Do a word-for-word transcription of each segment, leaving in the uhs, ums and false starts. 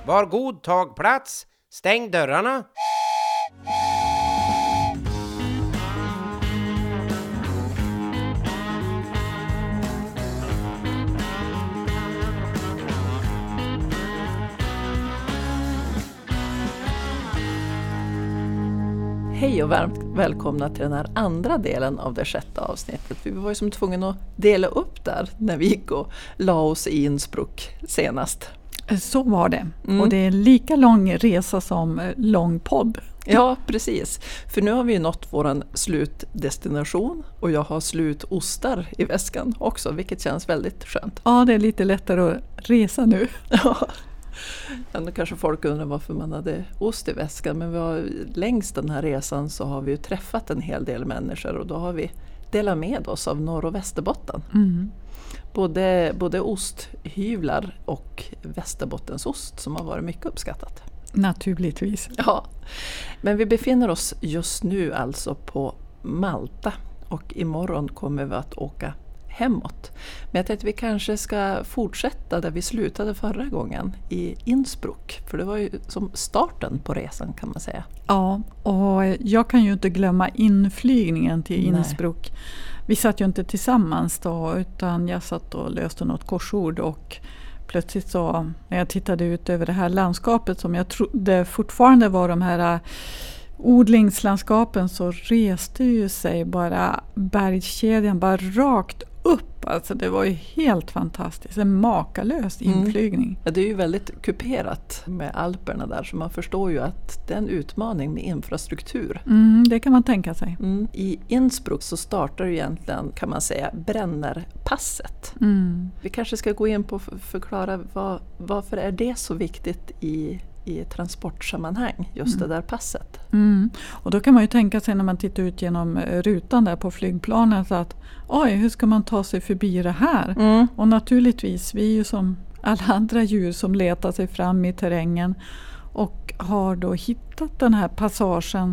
Var god, tag plats. Stäng dörrarna. Hej och varmt välkomna till den här andra delen av det sjätte avsnittet. Vi var ju som tvungna att dela upp där när vi gick och la oss i Innsbruck senast. Så var det. Mm. Och det är lika lång resa som lång podd. Ja, precis. För nu har vi nått våran slutdestination och jag har slutostar i väskan också, vilket känns väldigt skönt. Ja, det är lite lättare att resa nu. Ja. Då kanske folk undrar varför man hade ost i väskan, men vi har, längs den här resan så har vi ju träffat en hel del människor och då har vi delat med oss av Norr- och Västerbotten. Mm. Både, både osthyvlar och Västerbottensost som har varit mycket uppskattat. Naturligtvis. Ja, men vi befinner oss just nu alltså på Malta och imorgon kommer vi att åka hemåt. Men jag tänkte att vi kanske ska fortsätta där vi slutade förra gången i Innsbruck. För det var ju som starten på resan kan man säga. Ja, och jag kan ju inte glömma inflygningen till Nej. Innsbruck. Vi satt ju inte tillsammans då, utan jag satt och löste något korsord och plötsligt så när jag tittade ut över det här landskapet som jag trodde fortfarande var de här odlingslandskapen, så reste ju sig bara bergskedjan bara rakt upp. Alltså det var ju helt fantastiskt. En makalös inflygning. Mm. Ja, det är ju väldigt kuperat med Alperna där, så man förstår ju att det är en utmaning med infrastruktur. Mm, det kan man tänka sig. Mm. I Innsbruck så startar ju egentligen, kan man säga, Brennerpasset. Mm. Vi kanske ska gå in på att förklara vad, varför är det så viktigt i i transportsammanhang, just mm. det där passet. Mm. Och då kan man ju tänka sig när man tittar ut genom rutan där på flygplanet att oj, hur ska man ta sig förbi det här? Mm. Och naturligtvis, vi är ju som alla andra djur som letar sig fram i terrängen och har då hittat den här passagen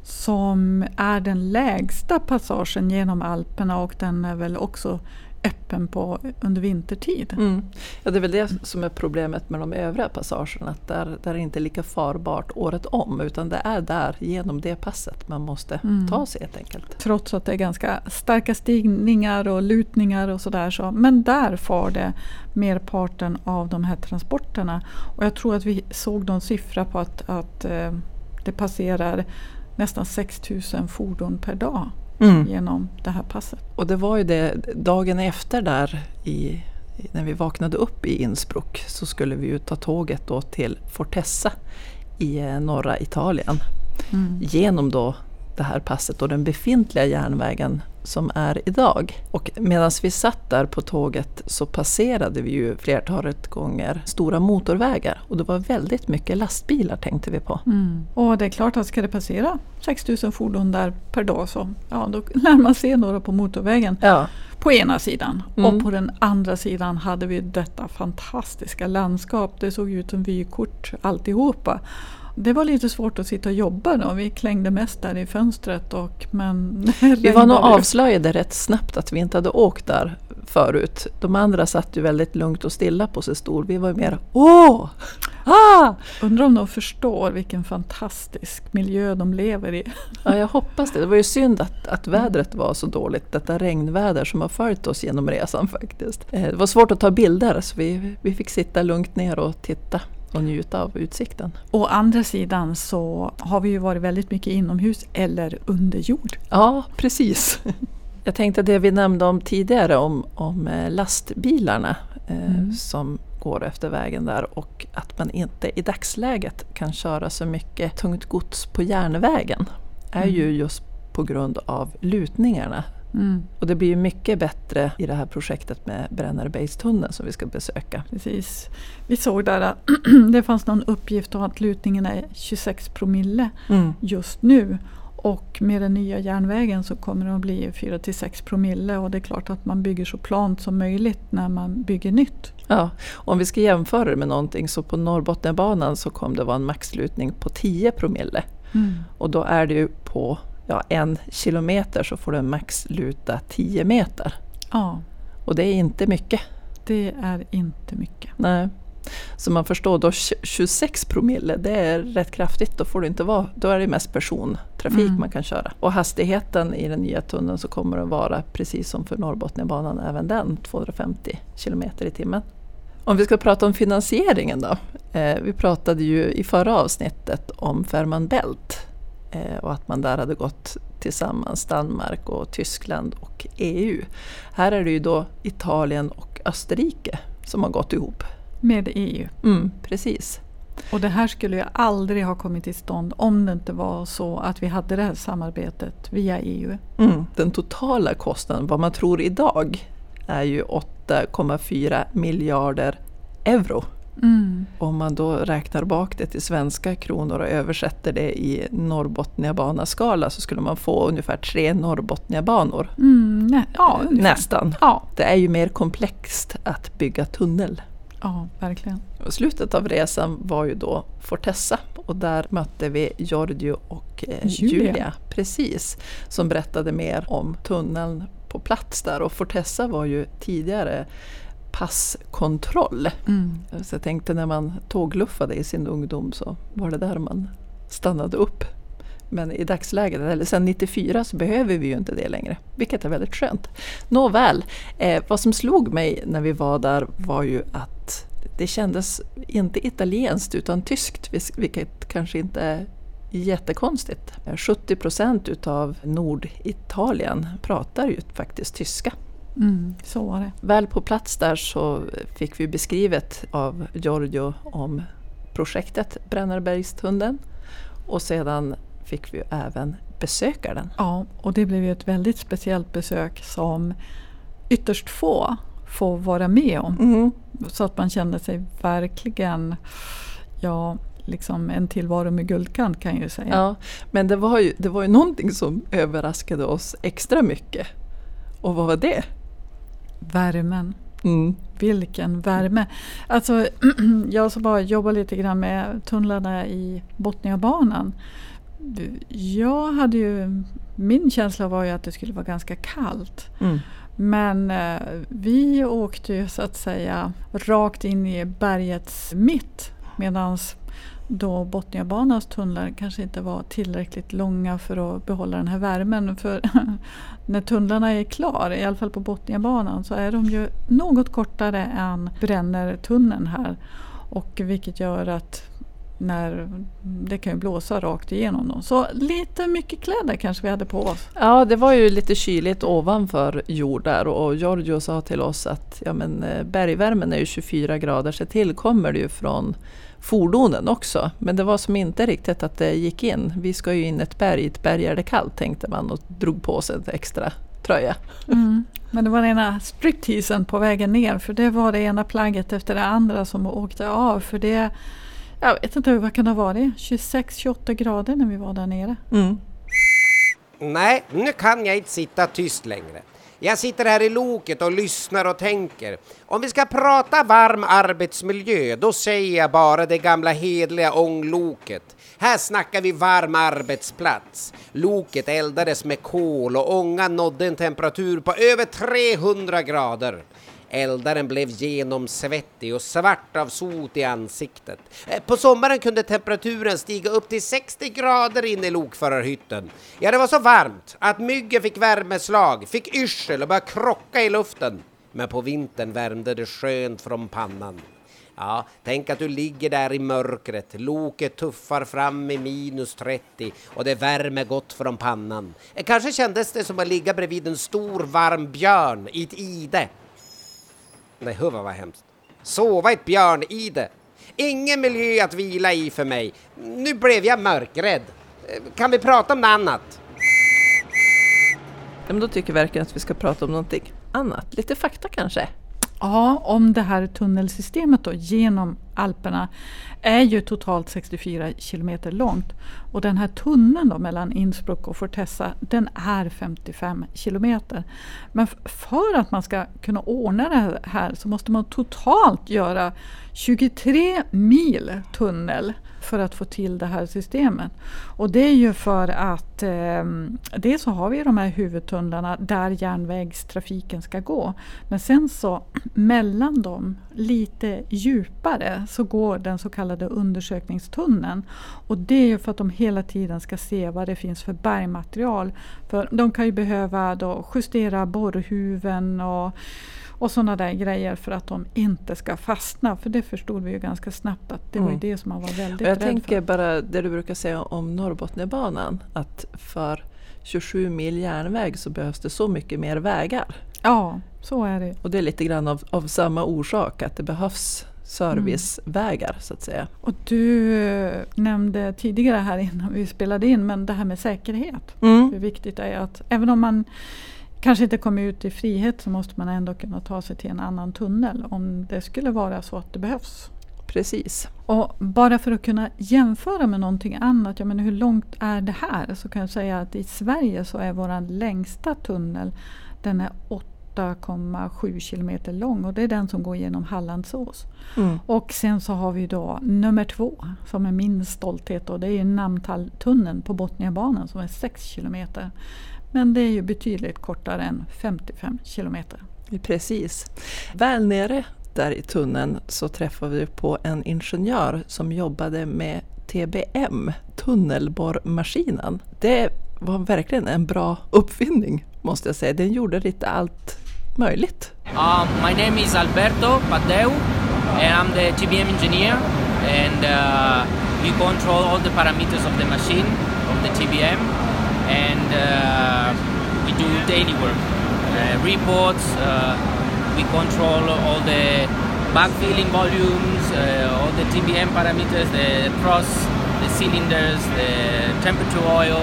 som är den lägsta passagen genom Alperna och den är väl också öppen på under vintertid. Mm. Ja, det är väl det som är problemet med de övriga passagerna, att där, där är inte lika farbart året om, utan det är där genom det passet man måste mm. ta sig helt enkelt. Trots att det är ganska starka stigningar och lutningar och sådär, så, men där får det merparten av de här transporterna. Och jag tror att vi såg någon siffra på att, att eh, det passerar nästan sex tusen fordon per dag. Mm. Genom det här passet. Och det var ju det, dagen efter där i, när vi vaknade upp i Innsbruck så skulle vi ju ta tåget då till Fortessa i norra Italien. Mm. Genom då det här passet och den befintliga järnvägen som är idag. Och medan vi satt där på tåget så passerade vi ju flertalet gånger stora motorvägar. Och det var väldigt mycket lastbilar tänkte vi på. Mm. Och det är klart att ska det passera sex tusen fordon där per dag så ja, då lär man se några på motorvägen. Ja. På ena sidan. Mm. Och på den andra sidan hade vi detta fantastiska landskap. Det såg ut som vykort alltihopa. Det var lite svårt att sitta och jobba då. Vi klängde mest där i fönstret. Och, men vi var nog avslöjade rätt snabbt att vi inte hade åkt där förut. De andra satt ju väldigt lugnt och stilla på sig stol. Vi var mer åh! Ah! Undrar om de förstår vilken fantastisk miljö de lever i. Ja, jag hoppas det. Det var ju synd att, att vädret var så dåligt. Detta regnväder som har följt oss genom resan faktiskt. Det var svårt att ta bilder så vi, vi fick sitta lugnt ner och titta och njuta av utsikten. Å andra sidan så har vi ju varit väldigt mycket inomhus eller under jord. Ja, precis. Jag tänkte det vi nämnde om tidigare om, om lastbilarna eh, mm. som går efter vägen där och att man inte i dagsläget kan köra så mycket tungt gods på järnvägen är mm. ju just på grund av lutningarna. Mm. Och det blir ju mycket bättre i det här projektet med Brennerbergstunneln som vi ska besöka. Precis. Vi såg där att det fanns någon uppgift om att lutningen är tjugosex promille mm. just nu. Och med den nya järnvägen så kommer det att bli fyra till sex promille och det är klart att man bygger så plant som möjligt när man bygger nytt. Ja, om vi ska jämföra det med någonting så på Norrbotniabanan så kommer det vara en maxlutning på tio promille. Mm. Och då är det ju på ja, en kilometer så får du max luta tio meter. Ja. Och det är inte mycket. Det är inte mycket. Nej. Så man förstår då tjugosex promille, det är rätt kraftigt. Då får det inte vara, då är det mest persontrafik mm. man kan köra. Och hastigheten i den nya tunneln så kommer att vara precis som för Norrbotniabanan, även den tvåhundrafemtio kilometer i timmen. Om vi ska prata om finansieringen då. Eh, vi pratade ju i förra avsnittet om Fehmarn Bält eh, och att man där hade gått tillsammans, Danmark och Tyskland och E U. Här är det ju då Italien och Österrike som har gått ihop. Med E U. Mm, precis. Och det här skulle ju aldrig ha kommit till stånd om det inte var så att vi hade det här samarbetet via E U. Mm. Den totala kostnaden, vad man tror idag, är ju åtta komma fyra miljarder euro. Mm. Om man då räknar bak det till svenska kronor och översätter det i Norrbotniabanaskala så skulle man få ungefär tre Norrbotniabanor. Mm, nä- ja, Nästan. Ja. Det är ju mer komplext att bygga tunnel. Ja, verkligen. Och slutet av resan var ju då Fortessa och där mötte vi Giorgio och eh, Julia. Julia, precis, som berättade mer om tunneln på plats där. Och Fortessa var ju tidigare passkontroll. Mm. Så jag tänkte när man tågluffade i sin ungdom så var det där man stannade upp. Men i dagsläget, eller sedan nittiofyra, så behöver vi ju inte det längre. Vilket är väldigt skönt. Nåväl, eh, vad som slog mig när vi var där var ju att det kändes inte italienskt utan tyskt. Vilket kanske inte är jättekonstigt. sjuttio procent utav Norditalien pratar ju faktiskt tyska. Mm, så var det. Väl på plats där så fick vi beskrivet av Giorgio om projektet Brennerbergstunneln. Och sedan fick vi även besöka den. Ja, och det blev ju ett väldigt speciellt besök som ytterst få får vara med om. Mm. Så att man kände sig verkligen, ja, liksom en tillvaro med guldkant kan jag ju säga. Ja, men det var ju, det var ju någonting som överraskade oss extra mycket. Och vad var det? Värmen. Mm. Vilken värme. Alltså, jag som bara jobbar lite grann med tunnlarna i Botniabanan. Jag hade ju, min känsla var ju att det skulle vara ganska kallt. Mm. Men eh, vi åkte ju så att säga rakt in i bergets mitt. Medan då Botniabanans tunnlar kanske inte var tillräckligt långa för att behålla den här värmen. För när tunnlarna är klar, i alla fall på Botniabanan, så är de ju något kortare än Brennertunneln här. Och vilket gör att när det kan ju blåsa rakt igenom dem. Så lite mycket kläder kanske vi hade på oss. Ja, det var ju lite kyligt ovanför jord där och Giorgio sa till oss att ja, men, bergvärmen är ju tjugofyra grader, så tillkommer det ju från fordonen också. Men det var som inte riktigt att det gick in. Vi ska ju in ett berg, ett berg är det kallt tänkte man och drog på sig en extra tröja. Mm. Men det var den ena stripteasen på vägen ner, för det var det ena plagget efter det andra som åkte av, för det, jag vet inte vad kan det ha varit, tjugosex till tjugoåtta grader när vi var där nere. Mm. Nej, nu kan jag inte sitta tyst längre. Jag sitter här i loket och lyssnar och tänker. Om vi ska prata varm arbetsmiljö, då säger jag bara det gamla hedliga ångloket. Här snackar vi varm arbetsplats. Loket eldades med kol och ångan nådde en temperatur på över trehundra grader. Eldaren blev genomsvettig och svart av sot i ansiktet. På sommaren kunde temperaturen stiga upp till sextio grader in i lokförarhytten. Ja, det var så varmt att myggen fick värmeslag, fick yrsel och började krocka i luften. Men på vintern värmde det skönt från pannan. Ja, tänk att du ligger där i mörkret. Loket tuffar fram i minus trettio och det värmer gott från pannan. Kanske kändes det som att ligga bredvid en stor varm björn i ett ide. Nej, huva var hemskt. Sova ett björnide. Ingen miljö att vila i för mig. Nu blev jag mörkrädd. Kan vi prata om något annat? Ja, men då tycker jag verkligen att vi ska prata om någonting annat. Lite fakta kanske. Ja, om det här tunnelsystemet då genom Alperna är ju totalt sextiofyra kilometer långt. Och den här tunneln då mellan Innsbruck och Fortessa, den är femtiofem kilometer. Men f- för att man ska kunna ordna det här så måste man totalt göra tjugotre mil tunnel för att få till det här systemet. Och det är ju för att eh, det så har vi de här huvudtunnlarna där järnvägstrafiken ska gå. Men sen så mellan dem lite djupare så går den så kallade undersökningstunneln. Och det är ju för att de hela tiden ska se vad det finns för bergmaterial. För de kan ju behöva då justera borrhuven och Och sådana där grejer för att de inte ska fastna. För det förstod vi ju ganska snabbt att det mm. var ju det som man var väldigt jag rädd för. Jag tänker bara det du brukar säga om Norrbotniabanan. Att för tjugosju mil järnväg så behövs det så mycket mer vägar. Ja, så är det. Och det är lite grann av, av samma orsak att det behövs servicevägar mm. så att säga. Och du äh, nämnde tidigare här innan vi spelade in, men det här med säkerhet. Mm. Hur viktigt det är att även om man kanske inte kommer ut i frihet så måste man ändå kunna ta sig till en annan tunnel om det skulle vara så att det behövs. Precis. Och bara för att kunna jämföra med någonting annat, jag menar hur långt är det här? Så kan jag säga att i Sverige så är vår längsta tunnel, den är åtta komma sju kilometer lång och det är den som går genom Hallandsås. Mm. Och sen så har vi då nummer två som är min stolthet och det är Namtalltunneln på Botniabanan som är sex kilometer. Men det är ju betydligt kortare än femtiofem kilometer. Precis. Väl nere där i tunneln så träffade vi på en ingenjör som jobbade med T B M, tunnelborrmaskinen. Det var verkligen en bra uppfinning måste jag säga. Den gjorde lite allt möjligt. Um, my name is Alberto Padeu and I'm the T B M engineer and uh, we control all the parameters of the machine, of the T B M. And uh, we do daily work, uh, reports, uh, we control all the backfilling volumes, uh, all the T B M parameters, the cross, the cylinders, the temperature oil,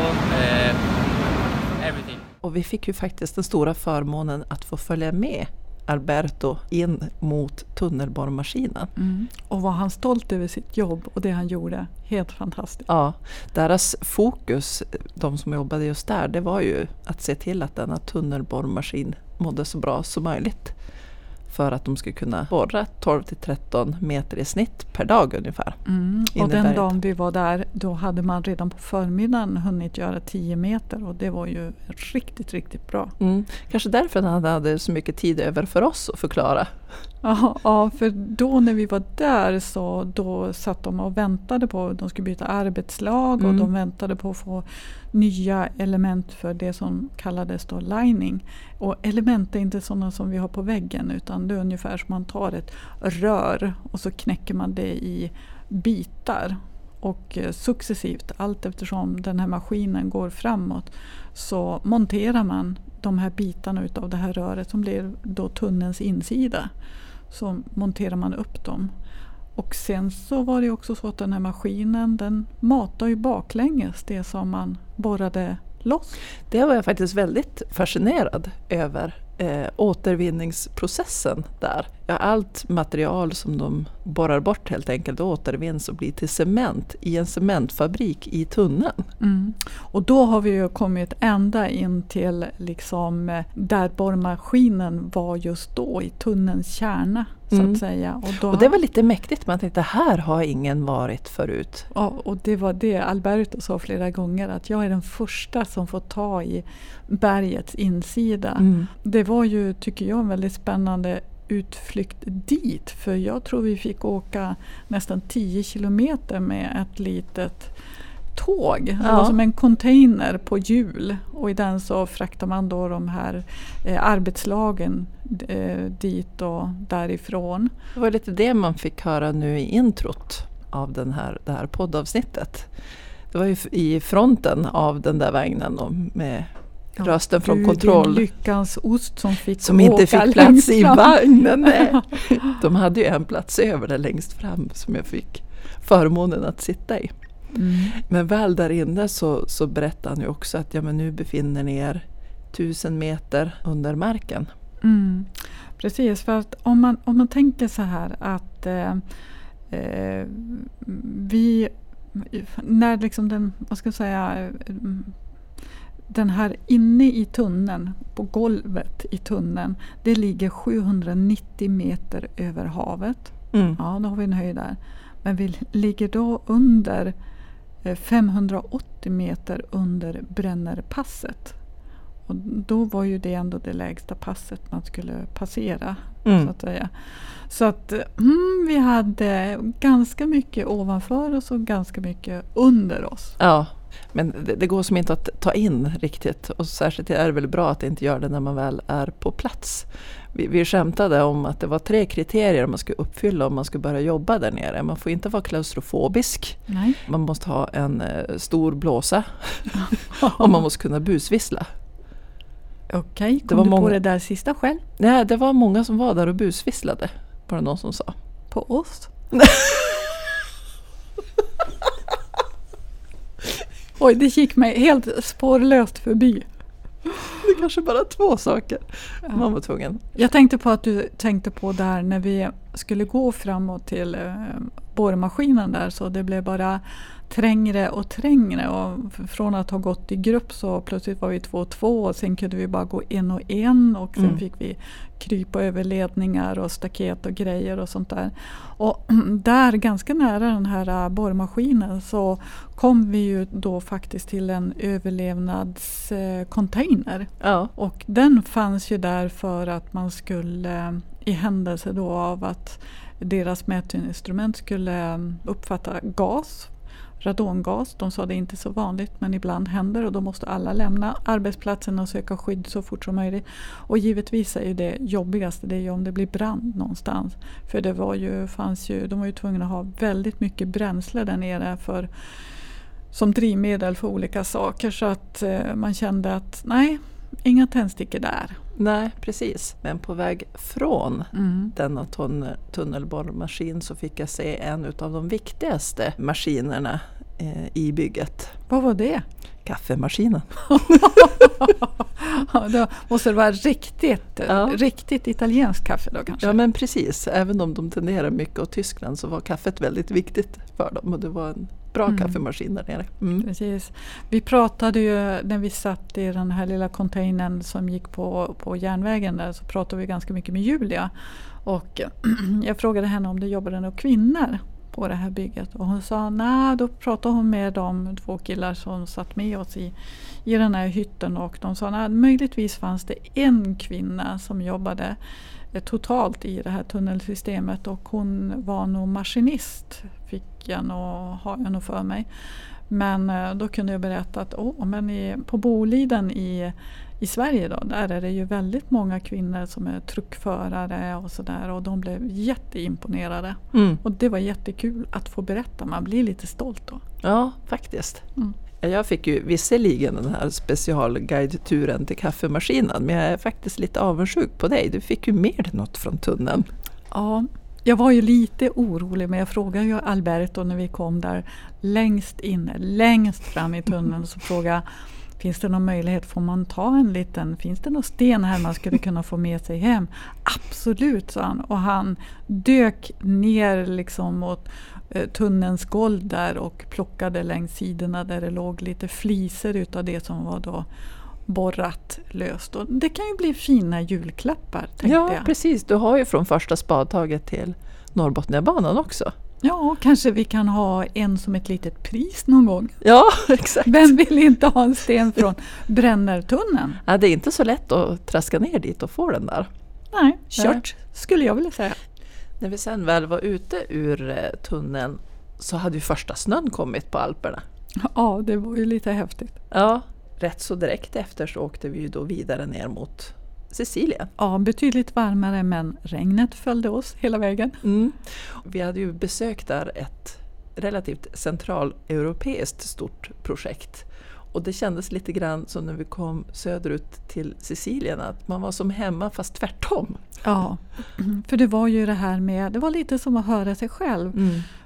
uh, everything. Och vi fick ju faktiskt den stora förmånen att få följa med Alberto in mot tunnelborrmaskinen. Mm. Och var han stolt över sitt jobb och det han gjorde. Helt fantastiskt. Ja, deras fokus, de som jobbade just där, det var ju att se till att denna tunnelborrmaskin mådde så bra som möjligt. För att de skulle kunna borra tolv till tretton meter i snitt per dag ungefär. Mm. Och den dagen vi var där, då hade man redan på förmiddagen hunnit göra tio meter. Och det var ju riktigt, riktigt bra. Mm. Kanske därför han hade så mycket tid över för oss att förklara. Ja, ja, för då när vi var där så då satt de och väntade på att de skulle byta arbetslag och mm. de väntade på att få nya element för det som kallades då lining. Och element är inte sådana som vi har på väggen utan det är ungefär som man tar ett rör och så knäcker man det i bitar. Och successivt, allt eftersom den här maskinen går framåt så monterar man de här bitarna utav det här röret som blir då tunnelns insida. Så monterar man upp dem. Och sen så var det också så att den här maskinen den matar ju baklänges det som man borrade loss. Det var jag faktiskt väldigt fascinerad över. Eh, återvinningsprocessen där. Ja, allt material som de borrar bort helt enkelt återvinns och blir till cement i en cementfabrik i tunneln. Mm. Och då har vi ju kommit ända in till liksom där borrmaskinen var just då i tunnelns kärna så mm. att säga. Och, då och det var lite mäktigt, man tänkte här har ingen varit förut. Ja, och det var det Alberto sa flera gånger att jag är den första som får ta i bergets insida. Mm. Det var ju, tycker jag, en väldigt spännande utflykt dit. För jag tror vi fick åka nästan tio kilometer med ett litet tåg. Ja. Det var som en container på hjul. Och i den så fraktar man då de här eh, arbetslagen eh, dit och därifrån. Det var lite det man fick höra nu i introt av den här, det här poddavsnittet. Det var ju i fronten av den där vagnen och med rösten från Gud, kontroll. Lyckans ost som fick som inte fick plats i vagnen. Nej. De hade ju en plats över där längst fram som jag fick förmånen att sitta i. Mm. Men väl där inne så, så berättar han ju också att ja, men nu befinner ni er tusen meter under marken. Mm. Precis, för att om man, om man tänker så här att eh, eh, vi, när liksom den, vad ska jag säga, den här inne i tunneln, på golvet i tunneln, det ligger sjuhundranittio meter över havet. Mm. Ja, då har vi en höjd där. Men vi ligger då under eh, femhundraåttio meter under Brennerpasset. Och då var ju det ändå det lägsta passet man skulle passera. Mm. Så att säga. Så att mm, vi hade ganska mycket ovanför oss och ganska mycket under oss. Ja, men det, det går som inte att ta in riktigt. Och särskilt är det väl bra att inte göra det när man väl är på plats. Vi, vi skämtade om att det var tre kriterier man skulle uppfylla om man skulle börja jobba där nere. Man får inte vara klaustrofobisk. Nej. Man måste ha en eh, stor blåsa. Och man måste kunna busvissla. Okej, kom Det var du många- på det där sista själv? Nej, det var många som var där och busvisslade. Var det någon som sa. På oss? Oj, det gick mig helt spårlöst förbi. Det är kanske bara två saker. Man var tvungen. Jag tänkte på att du tänkte på där när vi skulle gå framåt till eh, borrmaskinen där, så det blev bara trängre och trängre, och f- från att ha gått i grupp så plötsligt var vi två och två och sen kunde vi bara gå en och en och sen Mm. fick vi krypa över ledningar och staket och grejer och sånt där. Och där ganska nära den här äh, borrmaskinen så kom vi ju då faktiskt till en överlevnadscontainer. Ja. Och den fanns ju där för att man skulle, i händelse då av att deras mätinstrument skulle uppfatta gas, radongas. De sa det är inte så vanligt, men ibland händer, och då måste alla lämna arbetsplatsen och söka skydd så fort som möjligt. Och givetvis är ju det jobbigaste, det är ju om det blir brand någonstans. För det var ju, fanns ju, de var ju tvungna att ha väldigt mycket bränsle där nere för, som drivmedel för olika saker, så att eh, man kände att nej, inga tändstickor där. Nej, precis. Men på väg från Mm. denna tunnel, tunnelborrmaskin så fick jag se en av de viktigaste maskinerna eh, i bygget. Vad var det? Kaffemaskinen. Ja, då måste det vara riktigt, Ja. riktigt italienskt kaffe då kanske? Ja, men precis. Även om de tenderar mycket åt Tyskland så var kaffet väldigt viktigt för dem. Och det var en bra Mm. kaffemaskin där nere. Mm. Precis. Vi pratade ju när vi satt i den här lilla containern som gick på, på järnvägen där, så pratade vi ganska mycket med Julia. Och jag frågade henne om det jobbade några kvinnor på det här bygget. Och hon sa, nej, då pratade hon med de två killar som satt med oss i, i den här hytten. Och de sa, nej, möjligtvis fanns det en kvinna som jobbade eh, totalt i det här tunnelsystemet. Och hon var nog maskinist, fick jag nog, har jag nog för mig. Men eh, då kunde jag berätta att oh, men i, på Boliden i, i Sverige då, där är det ju väldigt många kvinnor som är truckförare och sådär, och de blev jätteimponerade. Mm. Och det var jättekul att få berätta, man blir lite stolt då. Ja, faktiskt. Mm. Jag fick ju visserligen den här specialguide-turen till kaffemaskinen, men jag är faktiskt lite avundsjuk på dig. Du fick ju mer något från tunneln. Ja, jag var ju lite orolig, men jag frågade ju Alberto när vi kom där längst inne, längst fram i tunneln, så frågade jag, finns det någon möjlighet, får man ta en liten, finns det någon sten här man skulle kunna få med sig hem? Absolut, sa han. Och han dök ner liksom mot eh, tunnelns golv där och plockade längs sidorna där det låg lite fliser utav det som var då borrat löst. Och det kan ju bli fina julklappar, tänkte Ja, jag. precis. Du har ju från första spadtaget till Norrbotniabanan också. Ja, kanske vi kan ha en som ett litet pris någon gång. Ja, exakt. Vem vill inte ha en sten från Brännertunneln? Ja, det är inte så lätt att traska ner dit och få den där. Nej, kört skulle jag vilja säga. När vi sen väl var ute ur eh, tunneln så hade ju första snön kommit på Alperna. Ja, det var ju lite häftigt. Ja, rätt så direkt efter så åkte vi ju då vidare ner mot Sicilien. Ja, betydligt varmare, men regnet följde oss hela vägen. Mm. Vi hade ju besökt där ett relativt centraleuropeiskt stort projekt. Och det kändes lite grann som när vi kom söderut till Sicilien, att man var som hemma fast tvärtom. Ja, för det var ju det här med, det var lite som att höra sig själv. Mm.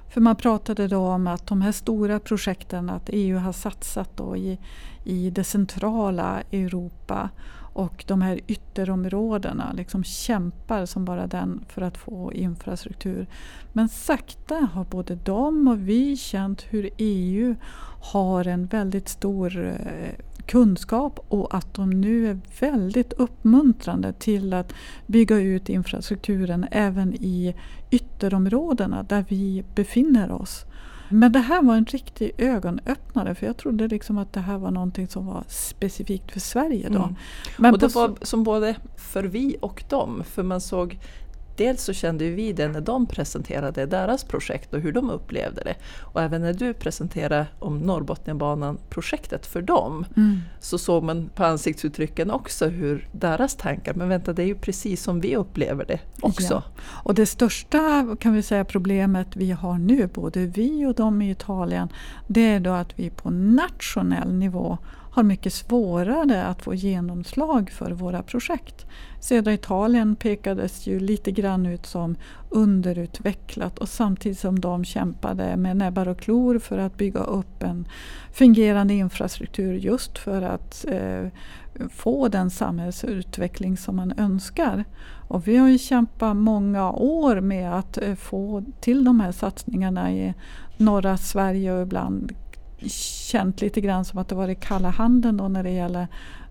För man pratade då om att de här stora projekten, att E U har satsat då i, i det centrala Europa och de här ytterområdena liksom kämpar som bara den för att få infrastruktur. Men sakta har både de och vi känt hur E U har en väldigt stor eh, kunskap och att de nu är väldigt uppmuntrande till att bygga ut infrastrukturen även i ytterområdena där vi befinner oss. Men det här var en riktig ögonöppnare, för jag trodde liksom att det här var någonting som var specifikt för Sverige då. Mm. Men och det på, var som både för vi och dem, för man såg, dels så kände vi det när de presenterade deras projekt och hur de upplevde det. Och även när du presenterade om Norrbotniabanan-projektet för dem mm. så såg man på ansiktsuttrycken också hur deras tankar, men vänta, det är ju precis som vi upplever det också. Ja. Och det största kan vi säga problemet vi har nu, både vi och de i Italien, det är då att vi på nationell nivå har mycket svårare att få genomslag för våra projekt. Södra Italien pekades ju lite grann ut som underutvecklat och samtidigt som de kämpade med näbbar och klor för att bygga upp en fungerande infrastruktur just för att eh, få den samhällsutveckling som man önskar. Och vi har ju kämpat många år med att eh, få till de här satsningarna i norra Sverige och ibland känt lite grann som att det var i kalla handen då när det gäller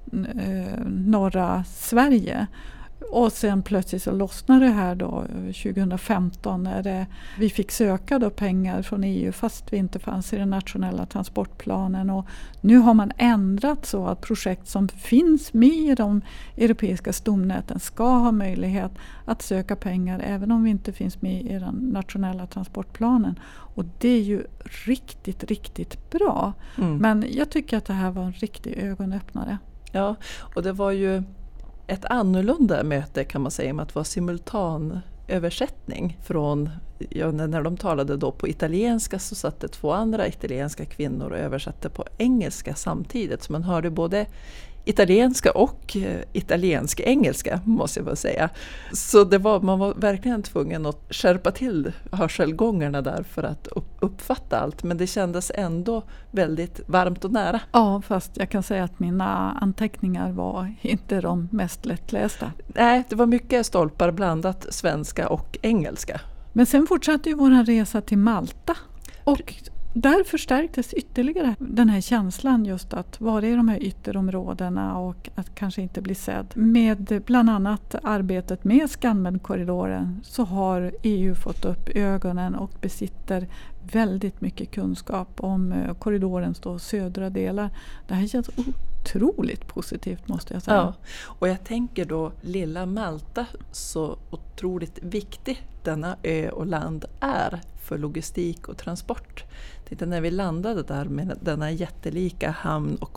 eh, norra Sverige. Och sen plötsligt så lossnade det här då tjugohundrafemton när det, vi fick söka då pengar från E U fast vi inte fanns i den nationella transportplanen. Och nu har man ändrat så att projekt som finns med i de europeiska stomnäten ska ha möjlighet att söka pengar även om vi inte finns med i den nationella transportplanen. Och det är ju riktigt, riktigt bra. Mm. Men jag tycker att det här var en riktig ögonöppnare. Ja, och det var ju ett annorlunda möte kan man säga med att vara simultan översättning från, ja, när de talade då på italienska så satt det två andra italienska kvinnor och översatte på engelska samtidigt, så man hörde både italienska och eh, italiensk engelska måste jag väl säga. Så det var, man var verkligen tvungen att skärpa till hörselgångarna där för att uppfatta allt, men det kändes ändå väldigt varmt och nära. Ja, fast jag kan säga att mina anteckningar var inte de mest lättlästa. Nej, det var mycket stolpar blandat svenska och engelska. Men sen fortsatte ju vår resa till Malta och där förstärktes ytterligare den här känslan just att vara i de här ytterområdena och att kanske inte bli sedd. Med bland annat arbetet med Scanmed-korridoren så har E U fått upp ögonen och besitter väldigt mycket kunskap om korridorens då södra delar. Det här känns otroligt positivt måste jag säga. Ja, och jag tänker då lilla Malta så otroligt viktig denna ö och land är för logistik och transport. Titta, när vi landade där med denna jättelika hamn- och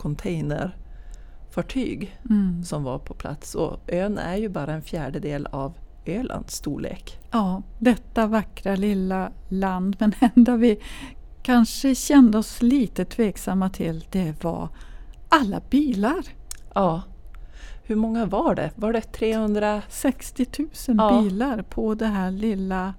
containerfartyg mm. som var på plats. Och ön är ju bara en fjärdedel av Ölands storlek. Ja, detta vackra lilla land. Men enda vi kanske kände oss lite tveksamma till, det var alla bilar. Ja. Hur många var det? Var det trehundrasextio tusen ja. bilar på det här lilla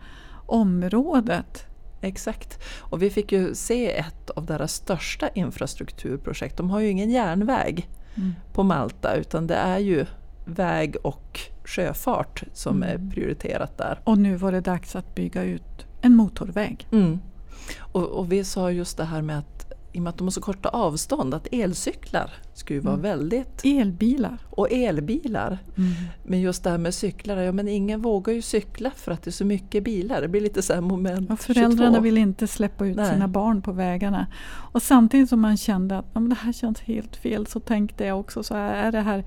området? Exakt. Och vi fick ju se ett av deras största infrastrukturprojekt. De har ju ingen järnväg mm. på Malta utan det är ju väg och sjöfart som mm. är prioriterat där. Och nu var det dags att bygga ut en motorväg. Mm. Och, och vi sa just det här med att i och med att de har så korta avstånd, att elcyklar skulle vara mm. väldigt... Elbilar. Och elbilar. Mm. Men just det här med cyklar, ja men ingen vågar ju cykla för att det är så mycket bilar. Det blir lite så här moment och föräldrarna tjugotvå. Vill inte släppa ut Nej. sina barn på vägarna. Och samtidigt som man kände att det här känns helt fel så tänkte jag också så här, är det här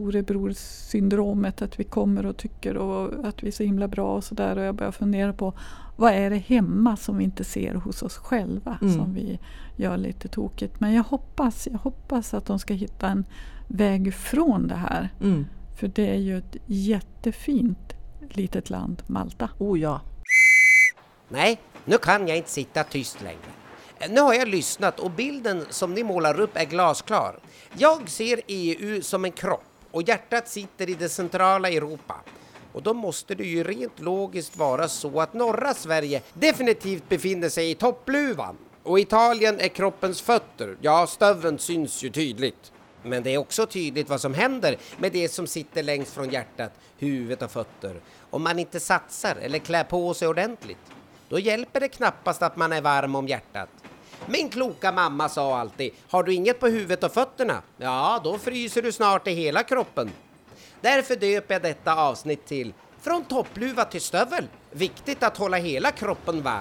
storebror-syndromet att vi kommer och tycker och att vi är så himla bra och sådär. Och jag börjar fundera på vad är det hemma som vi inte ser hos oss själva mm. som vi gör lite tokigt. Men jag hoppas, jag hoppas att de ska hitta en väg från det här. Mm. För det är ju ett jättefint litet land, Malta. Oh ja. Nej, nu kan jag inte sitta tyst längre. Nu har jag lyssnat och bilden som ni målar upp är glasklar. Jag ser E U som en kropp och hjärtat sitter i det centrala Europa. Och då måste det ju rent logiskt vara så att norra Sverige definitivt befinner sig i toppluvan. Och Italien är kroppens fötter. Ja, stöveln syns ju tydligt. Men det är också tydligt vad som händer med det som sitter längst från hjärtat, huvudet och fötter. Om man inte satsar eller klär på sig ordentligt. Då hjälper det knappast att man är varm om hjärtat. Min kloka mamma sa alltid, har du inget på huvudet och fötterna? Ja, då fryser du snart i hela kroppen. Därför döper jag detta avsnitt till Från toppluva till stövel. Viktigt att hålla hela kroppen varm.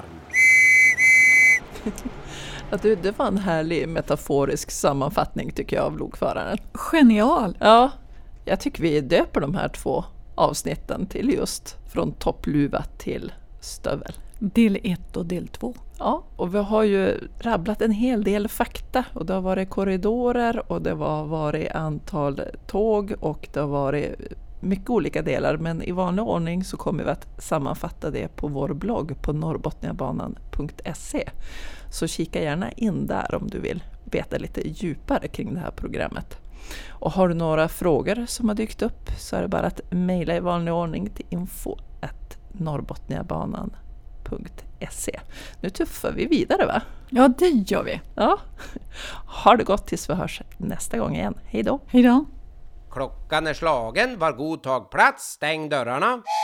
Ja, det, det var en härlig metaforisk sammanfattning tycker jag av lokföraren. Genial! Ja, jag tycker vi döper de här två avsnitten till just Från toppluva till stövel. Del ett och del två. Ja, och vi har ju rabblat en hel del fakta och det har varit korridorer och det har varit antal tåg och det har varit mycket olika delar, men i vanlig ordning så kommer vi att sammanfatta det på vår blogg på norrbotniabanan punkt se. Så kika gärna in där om du vill veta lite djupare kring det här programmet. Och har du några frågor som har dykt upp så är det bara att mejla i vanlig ordning till info at norrbotniabanan punkt se. Nu tuffar vi vidare, va? Ja, det gör vi. Ja. Har det gott tills vi hörs nästa gång igen. Hej då! Hej då! Klockan är slagen, var god tag plats, stäng dörrarna.